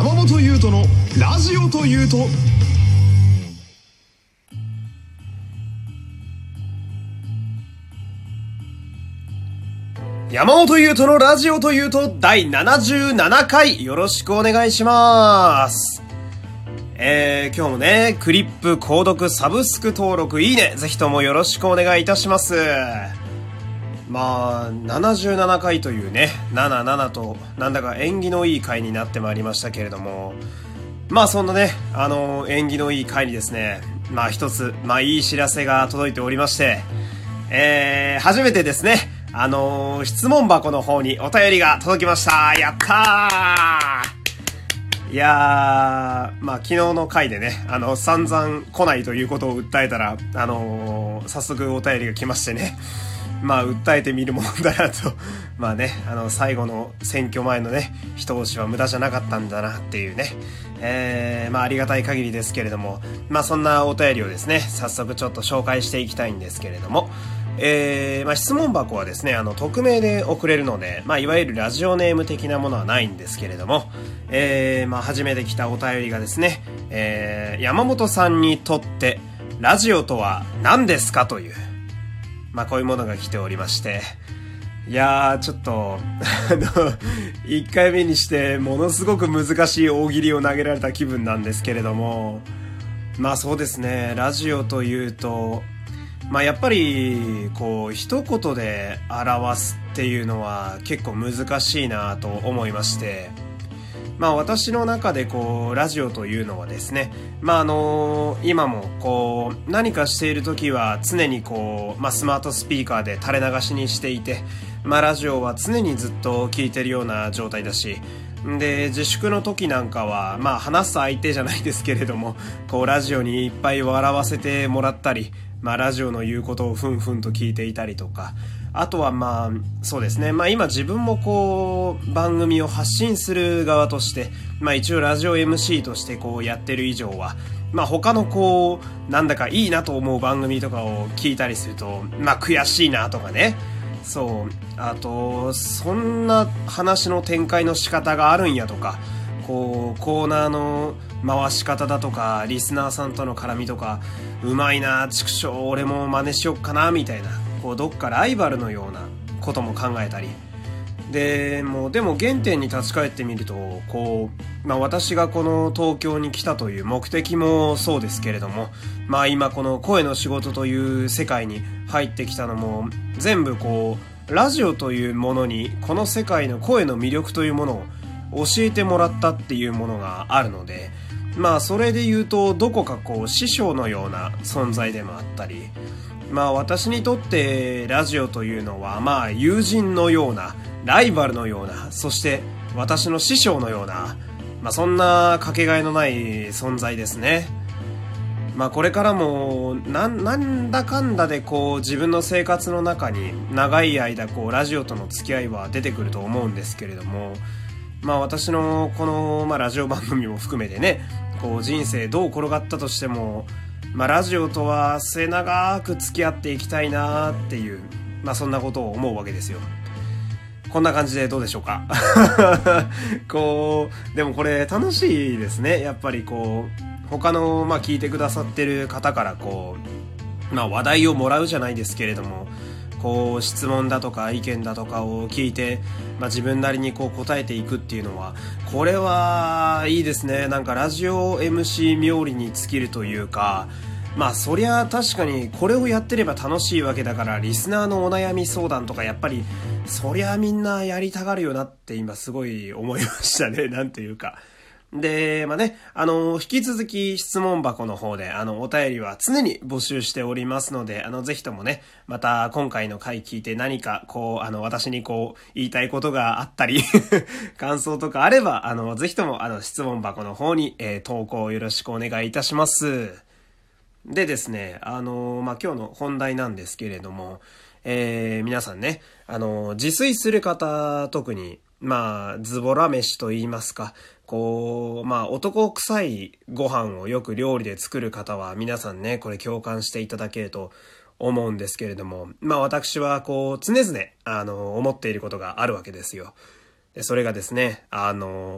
山本優斗のラジオというと。山本優斗のラジオというと第77回よろしくお願いします。今日もね、クリップ、購読、サブスク登録、いいね、ぜひともよろしくお願いいたします。まあ、77回というね、77と、なんだか縁起のいい回になってまいりましたけれども、まあそんなね、縁起のいい回にですね、まあ一つ、まあいい知らせが届いておりまして、初めてですね、質問箱の方にお便りが届きました。やったー。いやー、まあ昨日の回でね、散々来ないということを訴えたら、早速お便りが来ましてね、まあ訴えてみるもんだなと、まあね、最後の選挙前のね、一押しは無駄じゃなかったんだなっていうね、まあありがたい限りですけれども、まあそんなお便りをですね、早速ちょっと紹介していきたいんですけれども、まあ質問箱はですね、匿名で送れるので、まあいわゆるラジオネーム的なものはないんですけれども、まあ初めて来たお便りがですね、山本さんにとってラジオとは何ですかという、まあこういうものが来ておりまして、いやーちょっと1回目にしてものすごく難しい大喜利を投げられた気分なんですけれども、まあそうですね、ラジオというと、まあやっぱりこう一言で表すっていうのは結構難しいなと思いまして、まあ私の中でこうラジオというのはですね、まあ今もこう何かしている時は常にこう、まあスマートスピーカーで垂れ流しにしていて、まあラジオは常にずっと聞いてるような状態だし、で自粛の時なんかはまあ話す相手じゃないですけれども、こうラジオにいっぱい笑わせてもらったり、まあラジオの言うことをふんふんと聞いていたりとか、あとはまあそうですね、まあ今自分もこう番組を発信する側として、まあ一応ラジオ MC としてこうやってる以上は、まあ他のこうなんだかいいなと思う番組とかを聞いたりすると、まあ悔しいなとかね、そう、あとそんな話の展開の仕方があるんやとか、こうコーナーの回し方だとかリスナーさんとの絡みとかうまいな、畜生俺も真似しよっかなみたいな、こうどっかライバルのようなことも考えたりでも原点に立ち返ってみると、こう、まあ私がこの東京に来たという目的もそうですけれども、まあ今この声の仕事という世界に入ってきたのも全部こうラジオというものにこの世界の声の魅力というものを教えてもらったっていうものがあるので、まあそれで言うとどこかこう師匠のような存在でもあったり、まあ私にとってラジオというのはまあ友人のような、ライバルのような、そして私の師匠のような、まあそんなかけがえのない存在ですね。まあこれからもなんだかんだでこう自分の生活の中に長い間こうラジオとの付き合いは出てくると思うんですけれども、まあ私のこのまあラジオ番組も含めてね、こう人生どう転がったとしても、まあラジオとは末永く付き合っていきたいなっていう、まあそんなことを思うわけですよ。こんな感じでどうでしょうかこうでもこれ楽しいですね。やっぱりこう他のまあ聞いてくださってる方からこうまあ話題をもらうじゃないですけれども、こう質問だとか意見だとかを聞いて、まあ、自分なりにこう答えていくっていうのは、これはいいですね。なんかラジオ MC 冥利に尽きるというか、まあそりゃ確かにこれをやってれば楽しいわけだから、リスナーのお悩み相談とかやっぱりそりゃみんなやりたがるよなって今すごい思いましたね。なんていうか。で、まあね、引き続き質問箱の方で、お便りは常に募集しておりますので、ぜひともね、また今回の回聞いて何か、こう、私にこう、言いたいことがあったり、感想とかあれば、ぜひとも、質問箱の方に、投稿よろしくお願いいたします。でですね、まあ、今日の本題なんですけれども、皆さんね、自炊する方、特に、まあ、ズボラ飯と言いますか、こう、まあ、男臭いご飯をよく料理で作る方は皆さんね、これ共感していただけると思うんですけれども、まあ、私はこう、常々、思っていることがあるわけですよ。で、それがですね、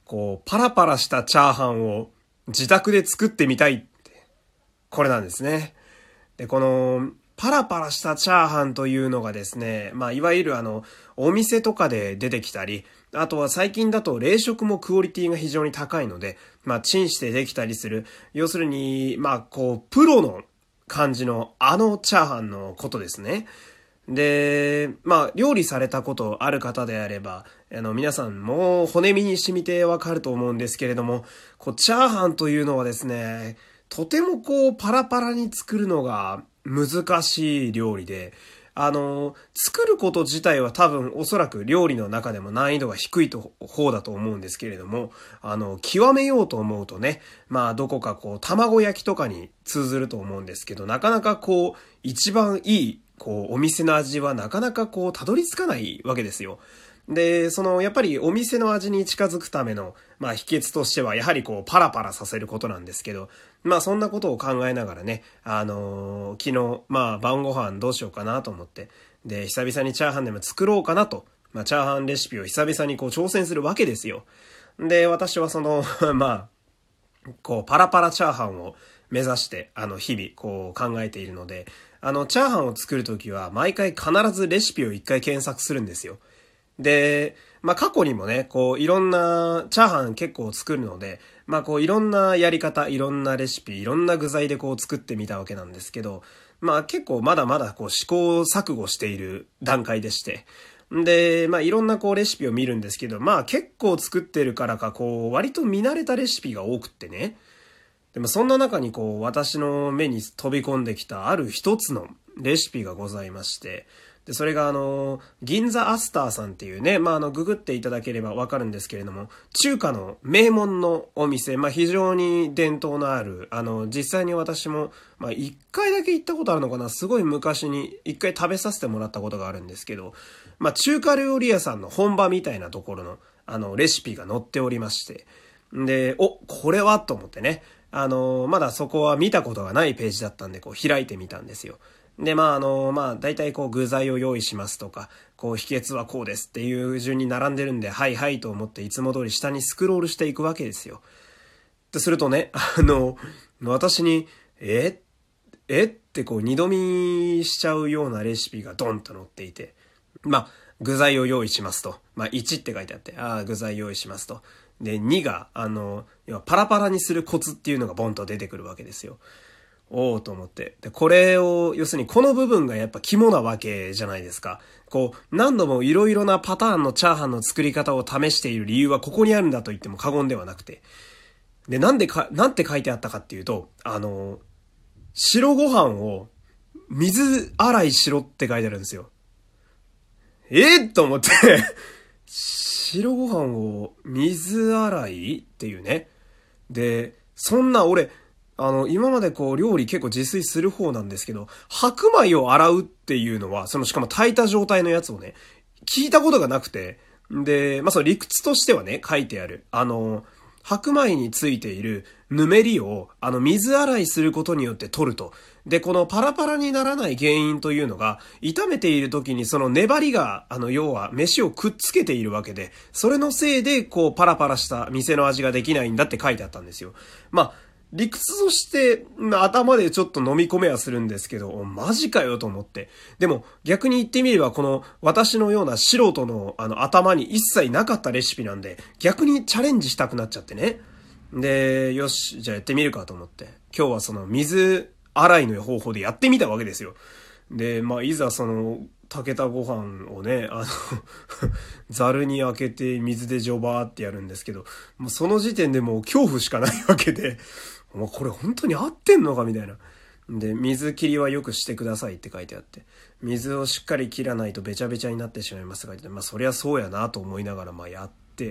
こう、パラパラしたチャーハンを自宅で作ってみたいって、これなんですね。で、この、パラパラしたチャーハンというのがですね、いわゆるお店とかで出てきたり、あとは最近だと冷食もクオリティが非常に高いので、チンしてできたりする。要するに、こう、プロの感じのチャーハンのことですね。で、料理されたことある方であれば、皆さんも骨身に染みてわかると思うんですけれども、こう、チャーハンというのはですね、とてもこう、パラパラに作るのが難しい料理で、作ること自体は多分おそらく料理の中でも難易度が低い方だと思うんですけれども、極めようと思うとね、どこかこう、卵焼きとかに通ずると思うんですけど、なかなかこう、一番いい、こう、お店の味はなかなかこう、たどり着かないわけですよ。で、やっぱりお店の味に近づくための、秘訣としては、やはりこう、パラパラさせることなんですけど、そんなことを考えながらね、昨日、晩ご飯どうしようかなと思って、で、久々にチャーハンでも作ろうかなと、チャーハンレシピを久々にこう、挑戦するわけですよ。で、私はこう、パラパラチャーハンを目指して、日々、こう、考えているので、チャーハンを作るときは、毎回必ずレシピを一回検索するんですよ。で、過去にもね、こう、いろんな、チャーハン結構作るので、こう、いろんなやり方、いろんなレシピ、いろんな具材でこう、作ってみたわけなんですけど、結構まだまだこう、試行錯誤している段階でして、で、いろんなこう、レシピを見るんですけど、結構作ってるからか、こう、割と見慣れたレシピが多くってね、でもそんな中にこう、私の目に飛び込んできたある一つのレシピがございまして、で、それが銀座アスターさんっていうね、ググっていただければわかるんですけれども、中華の名門のお店、非常に伝統のある、実際に私も、一回だけ行ったことあるのかな、すごい昔に一回食べさせてもらったことがあるんですけど、中華料理屋さんの本場みたいなところの、レシピが載っておりまして、で、これはと思ってね、まだそこは見たことがないページだったんで、こう開いてみたんですよ。で、大体こう具材を用意しますとか、こう秘訣はこうですっていう順に並んでるんで、はいはいと思っていつも通り下にスクロールしていくわけですよ。するとね、私に、ってこう二度見しちゃうようなレシピがドンと載っていて、具材を用意しますと。1って書いてあって、具材用意しますと。で、2が、パラパラにするコツっていうのがボンと出てくるわけですよ。おーと思って。で、これを、要するにこの部分がやっぱ肝なわけじゃないですか。こう、何度もいろいろなパターンのチャーハンの作り方を試している理由はここにあるんだと言っても過言ではなくて。で、なんて書いてあったかっていうと、白ご飯を水洗いしろって書いてあるんですよ。と思って、白ご飯を水洗いっていうね。で、そんな俺、今までこう料理結構自炊する方なんですけど、白米を洗うっていうのは、しかも炊いた状態のやつをね、聞いたことがなくて、で、その理屈としてはね、書いてある。白米についているぬめりを、水洗いすることによって取ると。で、このパラパラにならない原因というのが、炒めている時にその粘りが、要は飯をくっつけているわけで、それのせいで、こう、パラパラした店の味ができないんだって書いてあったんですよ。理屈として、頭でちょっと飲み込めはするんですけど、マジかよと思って。でも、逆に言ってみれば、この、私のような素人の、頭に一切なかったレシピなんで、逆にチャレンジしたくなっちゃってね。で、よし、じゃあやってみるかと思って。今日はその、水洗いの方法でやってみたわけですよ。で、いざ炊けたご飯をね、ザルに開けて水でジョバーってやるんですけど、もうその時点でもう恐怖しかないわけで、もうこれ本当に合ってんのかみたいな。で、水切りはよくしてくださいって書いてあって、水をしっかり切らないとべちゃべちゃになってしまいますが、そりゃそうやなと思いながらやって、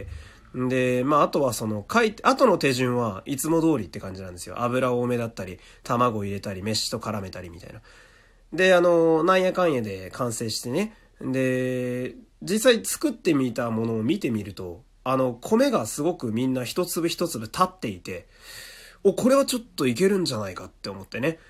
で、あとは後の手順はいつも通りって感じなんですよ。油多めだったり、卵入れたり、飯と絡めたりみたいな。で、なんやかんやで完成してね。で、実際作ってみたものを見てみると、米がすごくみんな一粒一粒立っていて、これはちょっといけるんじゃないかって思ってね。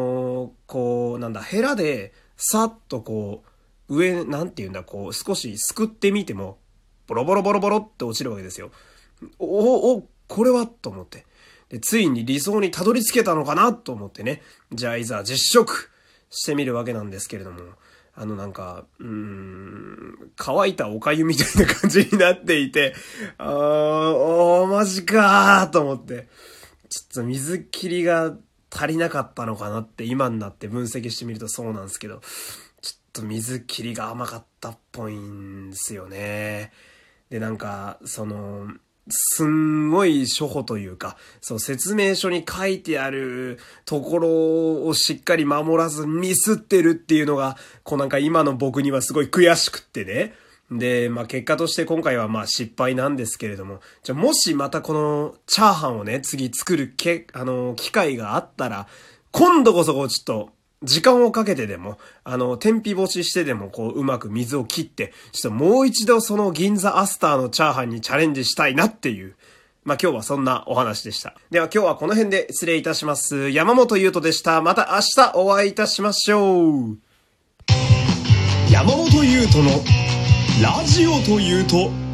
ヘラで、さっと上、少しすくってみても、ボロボロボロボロって落ちるわけですよ。 これはと思って。で、ついに理想にたどり着けたのかなと思ってね。じゃあいざ実食してみるわけなんですけれども。なんか、乾いたお粥みたいな感じになっていて、マジかーと思って。ちょっと水切りが足りなかったのかなって今になって分析してみるとそうなんですけど、ちょっと水切りが甘かったっぽいんですよね。で、なんか、すんごい初歩というか、説明書に書いてあるところをしっかり守らずミスってるっていうのが、なんか今の僕にはすごい悔しくってね。で、結果として今回は失敗なんですけれども、もしまたこのチャーハンをね、次作る機会があったら、今度こそちょっと、時間をかけてでも、天日干ししてでもうまく水を切って、ちょっともう一度その銀座アスターのチャーハンにチャレンジしたいなっていう、今日はそんなお話でした。では今日はこの辺で失礼いたします。山本優斗でした。また明日お会いいたしましょう。山本優斗のラジオというと、